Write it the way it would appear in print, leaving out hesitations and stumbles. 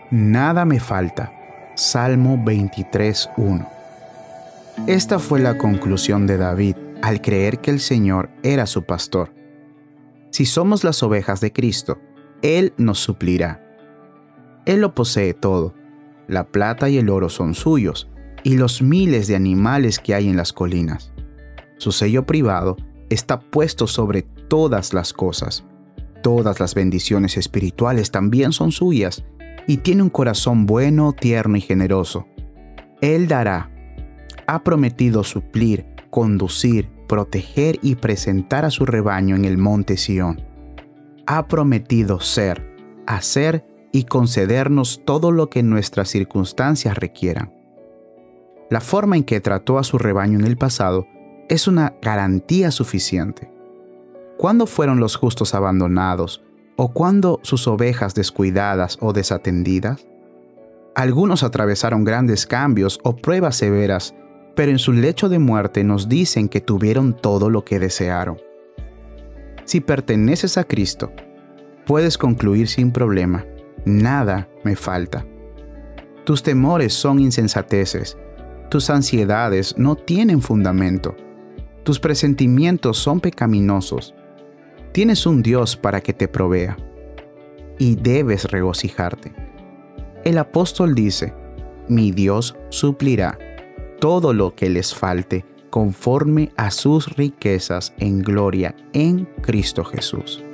Nada me falta. Salmo 23:1. Esta fue la conclusión de David al creer que el Señor era su pastor. Si somos las ovejas de Cristo, Él nos suplirá. Él lo posee todo. La plata y el oro son suyos, y los miles de animales que hay en las colinas. Su sello privado está puesto sobre todas las cosas. Todas las bendiciones espirituales también son suyas, y tiene un corazón bueno, tierno y generoso. Él dará. Ha prometido suplir, conducir, proteger y presentar a su rebaño en el monte Sión. Ha prometido ser, hacer y concedernos todo lo que nuestras circunstancias requieran. La forma en que trató a su rebaño en el pasado es una garantía suficiente. ¿Cuándo fueron los justos abandonados o cuándo sus ovejas descuidadas o desatendidas? Algunos atravesaron grandes cambios o pruebas severas, pero en su lecho de muerte nos dicen que tuvieron todo lo que desearon. Si perteneces a Cristo, puedes concluir sin problema: nada me falta. Tus temores son insensateces, tus ansiedades no tienen fundamento, tus presentimientos son pecaminosos. Tienes un Dios para que te provea, y debes regocijarte. El apóstol dice: mi Dios suplirá todo lo que les falte conforme a sus riquezas en gloria en Cristo Jesús.